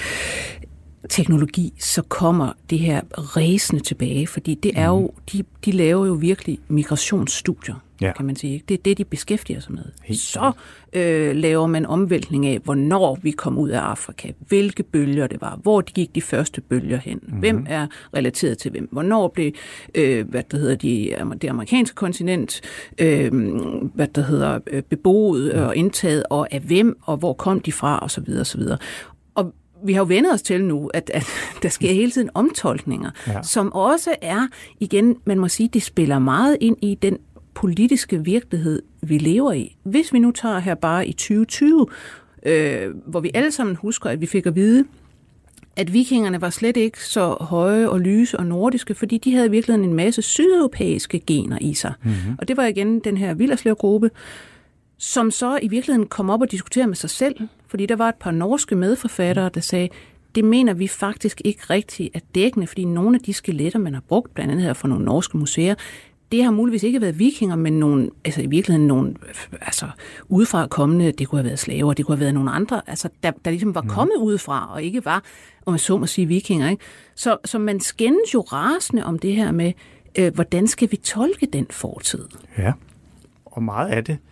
teknologi, så kommer det her ræsende tilbage, fordi det er jo, de, de laver jo virkelig migrationsstudier, ja. kan man sige. Det er det, de beskæftiger sig med. Helt så øh, laver man omvæltning af, hvornår vi kom ud af Afrika, hvilke bølger det var, hvor de gik de første bølger hen, mm-hmm. hvem er relateret til hvem, hvornår blev øh, hvad der hedder de, det amerikanske kontinent øh, hvad der hedder beboet mm. og indtaget, og af hvem, og hvor kom de fra, og så videre, og så videre. Og vi har jo vendt os til nu, at, at der sker hele tiden omtolkninger, ja. som også er, igen, man må sige, det spiller meget ind i den politiske virkelighed, vi lever i. Hvis vi nu tager her bare i tyve tyve, øh, hvor vi alle sammen husker, at vi fik at vide, at vikingerne var slet ikke så høje og lyse og nordiske, fordi de havde virkelig en masse sydeuropæiske gener i sig. Mm-hmm. Og det var igen den her Willerslev-gruppe, som så i virkeligheden kom op og diskuterede med sig selv, fordi der var et par norske medforfattere, der sagde, det mener vi faktisk ikke rigtig er dækkende, fordi nogle af de skeletter, man har brugt, blandt andet her fra nogle norske museer, det har muligvis ikke været vikinger, men nogle, altså i virkeligheden nogle altså, udefra kommende, det kunne have været slaver, det kunne have været nogle andre, altså, der, der ligesom var kommet udefra, og ikke var, om man så må sige, vikinger. Ikke? Så, så man skændes jo rasende om det her med, Øh, hvordan skal vi tolke den fortid? Ja, og meget af det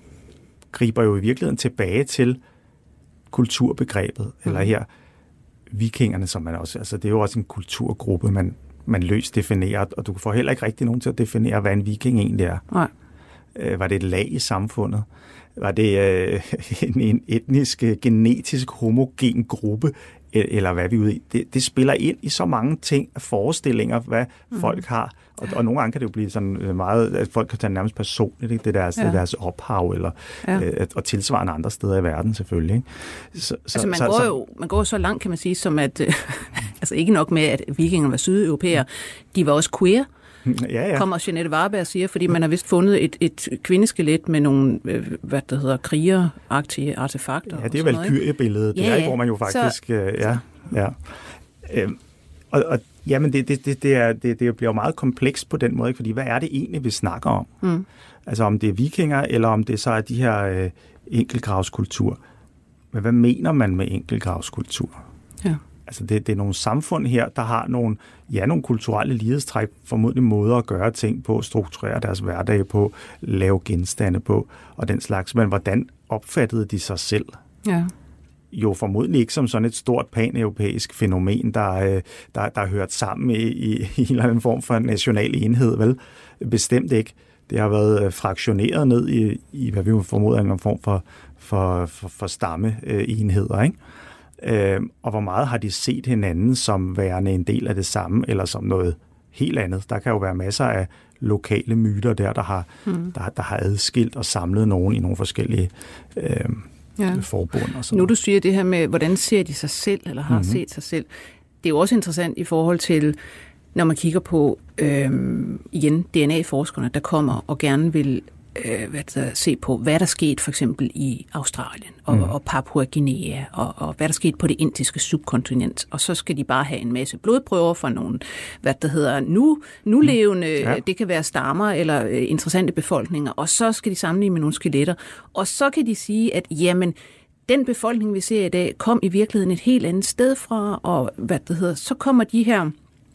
griber jo i virkeligheden tilbage til kulturbegrebet, mm. eller her vikingerne, som man også, altså det er jo også en kulturgruppe, man, man løst definerer, og du får heller ikke rigtig nogen til at definere, hvad en viking egentlig er. Nej. Øh, var det et lag i samfundet? Var det øh, en, en etnisk, genetisk homogen gruppe, eller hvad vi er ude i? Det, det spiller ind i så mange ting, forestillinger, hvad mm. folk har. Og, og nogle gange kan det jo blive sådan meget, at folk kan tage nærmest personligt, ikke? Det er deres, ja. deres ophav, eller, ja. øh, og tilsvarende andre steder i verden selvfølgelig. Ikke? Så, altså man, så, går så, jo, man går så langt, kan man sige, som at, øh, altså ikke nok med, at vikingerne var sydeuropæere, de var også queer. Ja, ja. Kommer Jeanette Varberg siger, fordi man har vist fundet et, et kvindeskelet med nogle, hvad der hedder, krigeragtige artefakter. Ja, det er vel kyriebilledet, ja, ja. Hvor man jo faktisk, så... øh, ja, ja. Øhm, og, og jamen, det, det, det, det, er, det, det bliver jo meget komplekst på den måde, ikke? Fordi hvad er det egentlig, vi snakker om? Mm. Altså om det er vikinger, eller om det så er de her øh, enkeltgravskultur. Men hvad mener man med enkeltgravskultur? Ja. Altså det, det er nogle samfund her, der har nogle, ja, nogle kulturelle lighedstræk, formodentlig måder at gøre ting på, strukturere deres hverdag på, lave genstande på og den slags. Men hvordan opfattede de sig selv? Ja. Jo formodentlig ikke som sådan et stort pan-europæisk fænomen, der, der, der er hørt sammen i, i, i en eller anden form for national enhed, vel? Bestemt ikke. Det har været fraktioneret ned i, i hvad vi jo formoder en form for, for, for, for stammeenheder, ikke? Øh, og hvor meget har de set hinanden som værende en del af det samme, eller som noget helt andet. Der kan jo være masser af lokale myter der, der har, mm. der, der har adskilt og samlet nogen i nogle forskellige øh, ja. forbund. Og sådan. Nu du siger det her med, hvordan ser de sig selv, eller har mm-hmm. set sig selv, det er jo også interessant i forhold til, når man kigger på øh, igen D N A-forskerne, der kommer og gerne vil øh, hvad der, se på, hvad der skete for eksempel i Australien og, mm. og Papua Guinea, og, og hvad der skete på det indiske subkontinent. Og så skal de bare have en masse blodprøver fra nogle, hvad der hedder, nu, nulevende, mm. ja. det kan være stammer eller øh, interessante befolkninger, og så skal de sammenligne med nogle skeletter. Og så kan de sige, at jamen, den befolkning, vi ser i dag, kom i virkeligheden et helt andet sted fra, og hvad det hedder, så kommer de her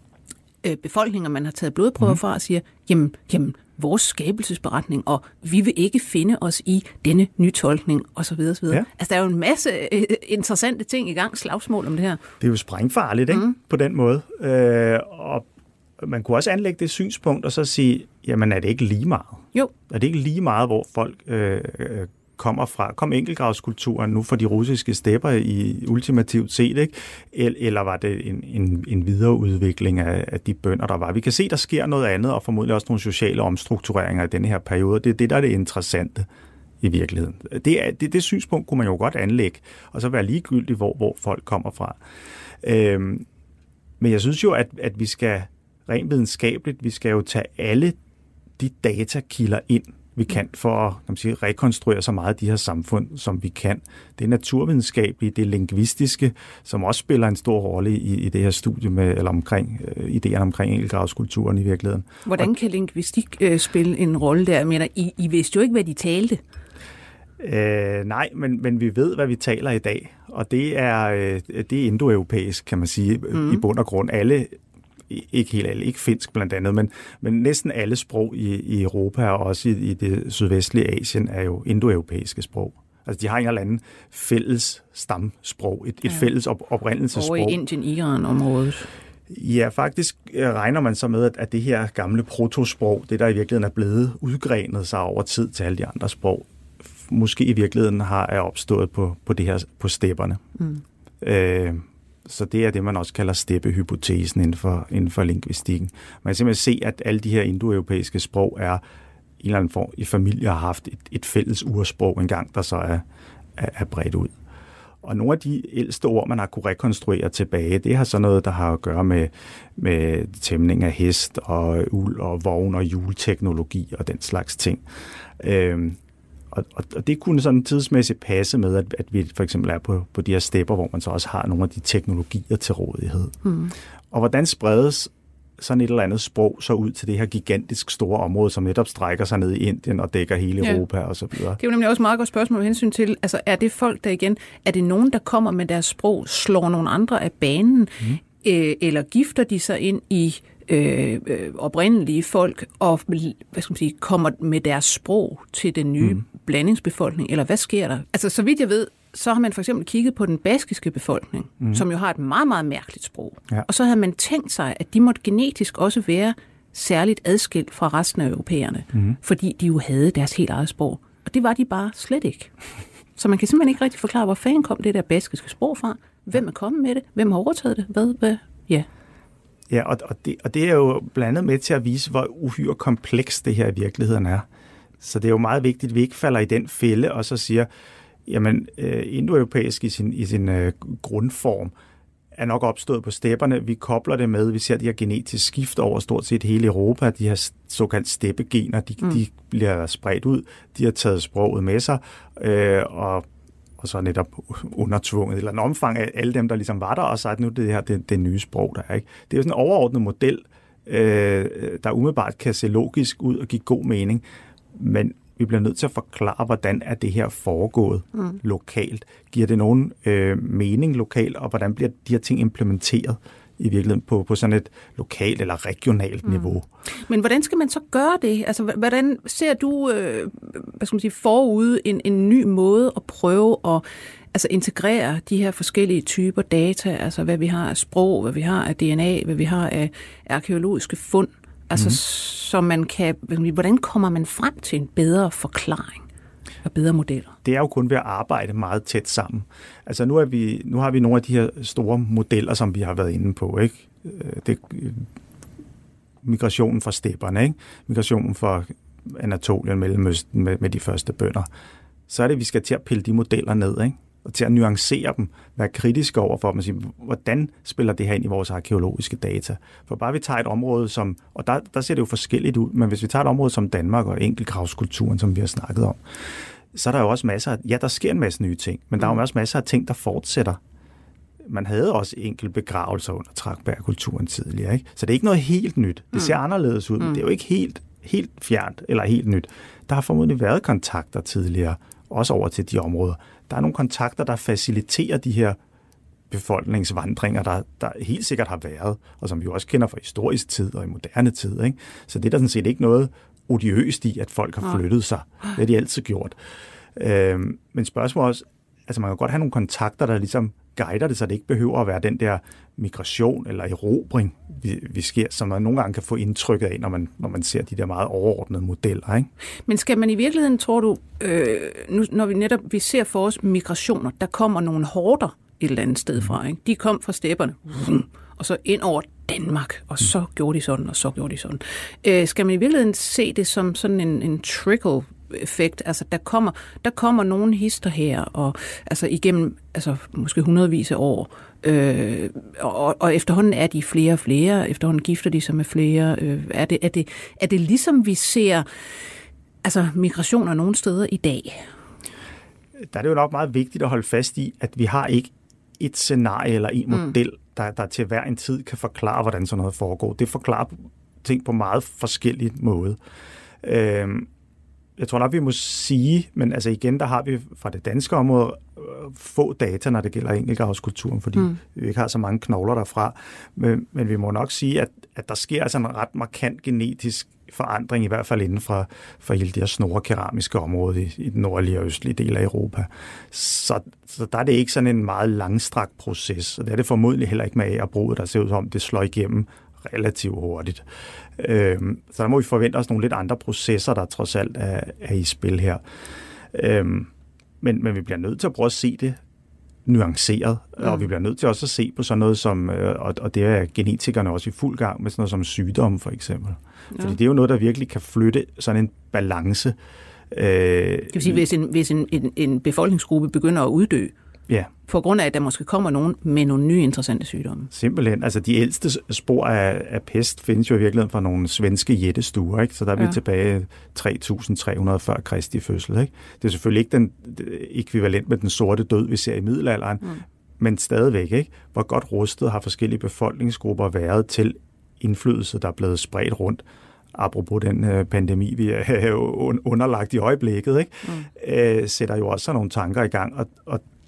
øh, befolkninger, man har taget blodprøver mm. fra, og siger, jamen, jamen, vores skabelsesberetning, og vi vil ikke finde os i denne nytolkning, osv. osv. Ja. Altså, der er jo en masse øh, interessante ting i gang, slagsmål om det her. Det er jo sprængfarligt, ikke? Mm. På den måde. Øh, og man kunne også anlægge det synspunkt, og så sige, jamen, er det ikke lige meget? Jo. Er det ikke lige meget, hvor folk øh, kommer fra? Kom enkeltgravskulturen nu for de russiske stepper i ultimativt set, ikke? Eller var det en, en, en videreudvikling af, af de bønder, der var? Vi kan se, der sker noget andet, og formodentlig også nogle sociale omstruktureringer i denne her periode. Det er det, der er det interessante i virkeligheden. Det, er, det, det synspunkt kunne man jo godt anlægge, og så være ligegyldig, hvor, hvor folk kommer fra. Øhm, men jeg synes jo, at, at vi skal rent videnskabeligt, vi skal jo tage alle de datakilder ind, vi kan for at kan man sige, rekonstruere så meget af de her samfund, som vi kan. Det er naturvidenskabelige, det er lingvistiske, som også spiller en stor rolle i, i det her studie med, eller omkring øh, idéerne omkring enkeltgravskulturen i virkeligheden. Hvordan kan lingvistik øh, spille en rolle der? Jeg mener, I, I vidste jo ikke, hvad de talte. Øh, nej, men, men vi ved, hvad vi taler i dag, og det er, øh, det er indoeuropæisk, kan man sige, mm. i bund og grund. Alle ikke helt alle, ikke finsk blandt andet, men, men næsten alle sprog i, i Europa og også i, i det sydvestlige Asien er jo indoeuropæiske sprog. Altså de har en eller anden fælles stamsprog, et, et ja. fælles op, oprindelsessprog. Og i Indien-Iran-området. Ja, faktisk regner man så med, at, at det her gamle protosprog, det der i virkeligheden er blevet udgrenet sig over tid til alle de andre sprog, måske i virkeligheden har er opstået på, på det her på stepperne. Mm. Øh, Så det er det, man også kalder steppehypotesen inden for, inden for lingvistikken. Man kan simpelthen se, at alle de her indoeuropæiske sprog er i en eller anden form i familier har haft et, et fælles ursprog engang, der så er, er, er bredt ud. Og nogle af de ældste ord, man har kunne rekonstruere tilbage, det har så noget, der har at gøre med, med tæmning af hest og uld og vogn og hjulteknologi og den slags ting. Øhm, Og, og, og det kunne sådan tidsmæssigt passe med, at, at vi for eksempel er på, på de her stepper, hvor man så også har nogle af de teknologier til rådighed. Mm. Og hvordan spredes sådan et eller andet sprog så ud til det her gigantisk store område, som netop strækker sig ned i Indien og dækker hele ja. Europa og så videre? Det er jo nemlig også et meget godt spørgsmål med hensyn til, altså er det folk, der igen, er det nogen, der kommer med deres sprog, slår nogle andre af banen, mm. øh, eller gifter de sig ind i øh, øh, oprindelige folk, og hvad skal man sige, kommer med deres sprog til den nye mm. blandingsbefolkning, eller hvad sker der? Altså, så vidt jeg ved, så har man for eksempel kigget på den baskiske befolkning, mm. som jo har et meget, meget mærkeligt sprog. Ja. Og så havde man tænkt sig, at de måtte genetisk også være særligt adskilt fra resten af europæerne, mm. fordi de jo havde deres helt eget sprog. Og det var de bare slet ikke. Så man kan simpelthen ikke rigtig forklare, hvor fanden kom det der baskiske sprog fra, hvem er kommet med det, hvem har overtaget det, hvad, hvad, ja. Ja, og, og, det, og det er jo blandt andet med til at vise, hvor uhyre komplekst det her i virkeligheden er. Så det er jo meget vigtigt, at vi ikke falder i den fælde, og så siger, jamen, øh, indoeuropæisk i sin, i sin øh, grundform er nok opstået på stepperne. Vi kobler det med, vi ser de her genetisk skift over stort set hele Europa. De her såkaldte steppegener, de, mm. de bliver spredt ud. De har taget sproget med sig, øh, og, og så netop undertvunget, eller en omfang af alle dem, der ligesom var der, og sagt, nu det her det, det nye sprog, der er. Ikke? Det er jo sådan en overordnet model, øh, der umiddelbart kan se logisk ud og give god mening, men vi bliver nødt til at forklare, hvordan er det her foregået mm. lokalt. Giver det nogen øh, mening lokalt, og hvordan bliver de her ting implementeret i virkeligheden på, på sådan et lokalt eller regionalt mm. niveau. Men hvordan skal man så gøre det? Altså, hvordan ser du øh, hvad skal man sige, forude en, en ny måde at prøve at altså, integrere de her forskellige typer data, altså hvad vi har af sprog, hvad vi har af D N A, hvad vi har af arkæologiske fund, altså, mm. så man kan, hvordan kommer man frem til en bedre forklaring og bedre modeller? Det er jo kun ved at arbejde meget tæt sammen. Altså nu, er vi, nu har vi nogle af de her store modeller, som vi har været inde på, ikke? Det, migrationen fra stepperne, ikke? Migrationen fra Anatolien, Mellemøsten med, med de første bønder. Så er det, at vi skal til at pille de modeller ned, ikke? Og til at nuancere dem, være kritiske over for dem og sige, hvordan spiller det her ind i vores arkeologiske data? For bare vi tager et område som, og der, der ser det jo forskelligt ud, men hvis vi tager et område som Danmark og enkeltgravskulturen, som vi har snakket om, så er der jo også masser af, ja, der sker en masse nye ting, men der er jo også masser af ting, der fortsætter. Man havde også enkelte begravelser under Tragbergkulturen tidligere, ikke? Så det er ikke noget helt nyt. Det ser anderledes ud, men det er jo ikke helt, helt fjernt eller helt nyt. Der har formodentlig været kontakter tidligere, også over til de områder. Der er nogle kontakter, der faciliterer de her befolkningsvandringer, der, der helt sikkert har været, og som vi også kender fra historisk tid og i moderne tid, ikke? Så det er der sådan set ikke noget odiøst i, at folk har flyttet sig. Det har de altid gjort. Øhm, men spørgsmålet også, altså man kan godt have nogle kontakter, der ligesom guider det, så det ikke behøver at være den der migration eller erobring, vi, vi sker, som man nogle gange kan få indtrykket af, når man, når man ser de der meget overordnede modeller, ikke? Men skal man i virkeligheden, tror du, øh, nu, når vi netop vi ser for os migrationer, der kommer nogle horder et eller andet sted fra, ikke? De kom fra stepperne, og så ind over Danmark, og så gjorde de sådan, og så gjorde de sådan. Øh, skal man i virkeligheden se det som sådan en, en trickle effekt, altså der kommer der kommer nogle hister her, og altså igennem altså måske hundredvis af år, øh, og, og efterhånden er de flere og flere, efterhånden gifter de sig med flere. Øh, er det er det er det ligesom vi ser altså migrationer nogle steder i dag? Der er det jo nok meget vigtigt at holde fast i, at vi har ikke et scenarie eller en model, mm. der, der til hver en tid kan forklare, hvordan sådan noget foregår. Det forklarer ting på meget forskellige måder. Øh, Jeg tror nok, vi må sige, men altså igen, der har vi fra det danske område få data, når det gælder enkeltgravskulturen, fordi mm. vi ikke har så mange knogler derfra. Men, men vi må nok sige, at, at der sker altså en ret markant genetisk forandring, i hvert fald inden for, for hele det her snore keramiske område i, i den nordlige og østlige del af Europa. Så, så der er det ikke sådan en meget langstrakt proces, og det er det formodentlig heller ikke med agerbruget, der ser ud som, det slår igennem relativt hurtigt. Øhm, så der må vi forvente os nogle lidt andre processer, der trods alt er, er i spil her. Øhm, men, men vi bliver nødt til at prøve at se det nuanceret, mm. og vi bliver nødt til også at se på sådan noget som, og, og det er genetikerne også i fuld gang med sådan noget som sygdomme for eksempel. Ja. Fordi det er jo noget, der virkelig kan flytte sådan en balance. Øh, det vil sige, hvis, en, hvis en, en, en befolkningsgruppe begynder at uddø, ja. På grund af, at der måske kommer nogen med nogle nye interessante sygdomme. Simpelthen. Altså, de ældste spor af, af pest findes jo i virkeligheden fra nogle svenske jættestuer, ikke? Så der er vi ja. tilbage tre tusind tre hundrede før Kristi fødsel, ikke? Det er selvfølgelig ikke den ekvivalent med den sorte død, vi ser i middelalderen, mm. men stadigvæk, ikke? Hvor godt rustet har forskellige befolkningsgrupper været til indflydelse, der er blevet spredt rundt. Apropos den øh, pandemi, vi er underlagt i øjeblikket, ikke? Mm. Øh, sætter jo også nogle tanker i gang, og, og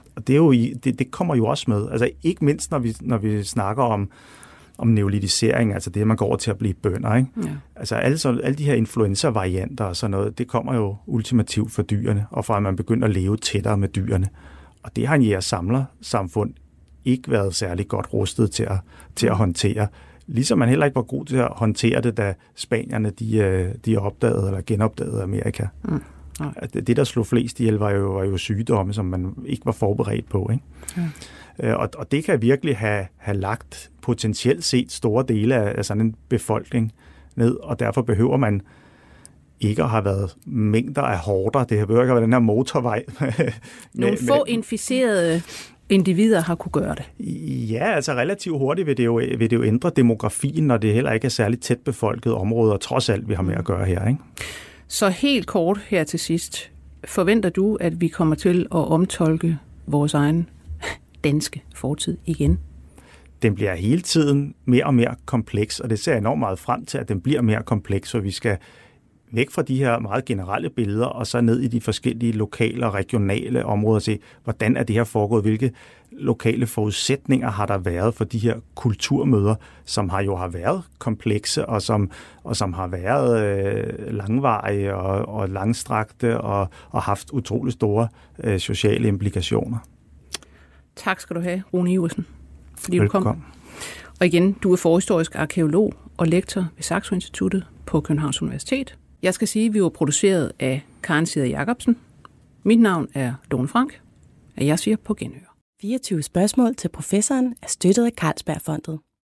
og det, er jo, det, det kommer jo også med. Altså ikke mindst, når vi, når vi snakker om, om neolitisering, altså det, at man går over til at blive bønder. Ikke? Ja. Altså alle, så, alle de her influenza-varianter og sådan noget, det kommer jo ultimativt for dyrene, og fra at man begynder at leve tættere med dyrene. Og det har en jæger-samler-samfund ikke været særlig godt rustet til at, til at håndtere. Ligesom man heller ikke var god til at håndtere det, da spanierne de, de opdagede eller genopdagede Amerika. Mm. Det, det, der slog flest ihjel, var jo, var jo sygdomme, som man ikke var forberedt på. Ikke? Mm. Og, og det kan virkelig have, have lagt potentielt set store dele af, af sådan en befolkning ned, og derfor behøver man ikke at have været mængder af horder. Det behøver ikke at være den her motorvej. med, Nogle få med, inficerede individer har kunne gøre det. Ja, altså relativt hurtigt vil det, jo, vil det jo ændre demografien, når det heller ikke er særligt tæt befolket områder, trods alt vi har med at gøre her. Ikke? Så helt kort her til sidst. Forventer du, at vi kommer til at omtolke vores egen danske fortid igen? Den bliver hele tiden mere og mere kompleks, og det ser jeg enormt meget frem til, at den bliver mere kompleks, så vi skal væk fra de her meget generelle billeder, og så ned i de forskellige lokale og regionale områder og se, hvordan er det her foregået, hvilke lokale forudsætninger har der været for de her kulturmøder, som har jo har været komplekse, og som, og som har været øh, langvarige og, og langstrakte, og, og haft utrolig store øh, sociale implikationer. Tak skal du have, Rune Iversen, fordi Velkommen. du kom. Og igen, du er forhistorisk arkæolog og lektor ved Saxo Instituttet på Københavns Universitet. Jeg skal sige, at vi var produceret af Karen Sider Jacobsen. Mit navn er Lone Frank, og jeg siger på genhør. fireogtyve spørgsmål til professoren er støttet af Carlsbergfondet.